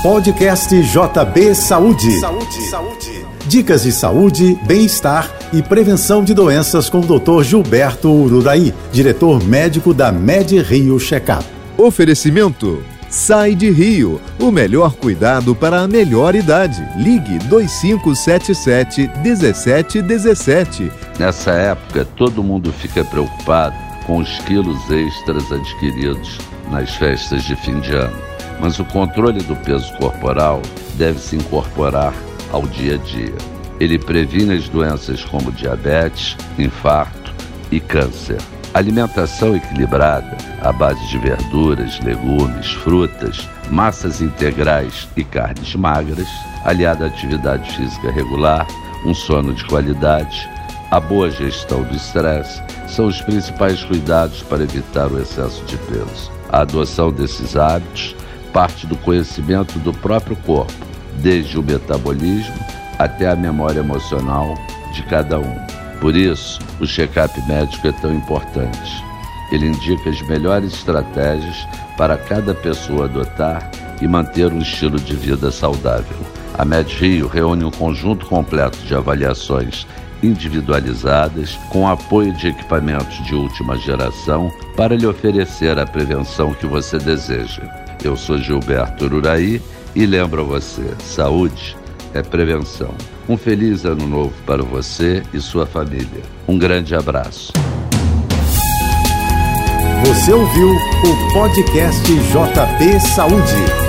Podcast JB Saúde. Dicas de saúde, bem-estar e prevenção de doenças com o Dr. Gilberto Ururaí, diretor médico da Med Rio Checkup. Oferecimento Side Rio, o melhor cuidado para a melhor idade. Ligue 2577-1717. Nessa época, todo mundo fica preocupado com os quilos extras adquiridos nas festas de fim de ano. Mas o controle do peso corporal deve se incorporar ao dia a dia. Ele previne as doenças como diabetes, infarto e câncer. Alimentação equilibrada, à base de verduras, legumes, frutas, massas integrais e carnes magras, aliada à atividade física regular, um sono de qualidade, a boa gestão do estresse, são os principais cuidados para evitar o excesso de peso. A adoção desses hábitos parte do conhecimento do próprio corpo, desde o metabolismo até a memória emocional de cada um. Por isso, o check-up médico é tão importante. Ele indica as melhores estratégias para cada pessoa adotar e manter um estilo de vida saudável. A Med Rio reúne um conjunto completo de avaliações individualizadas com apoio de equipamentos de última geração para lhe oferecer a prevenção que você deseja. Eu sou Gilberto Ururaí e lembro a você, saúde é prevenção. Um feliz ano novo para você e sua família. Um grande abraço. Você ouviu o podcast JB Saúde.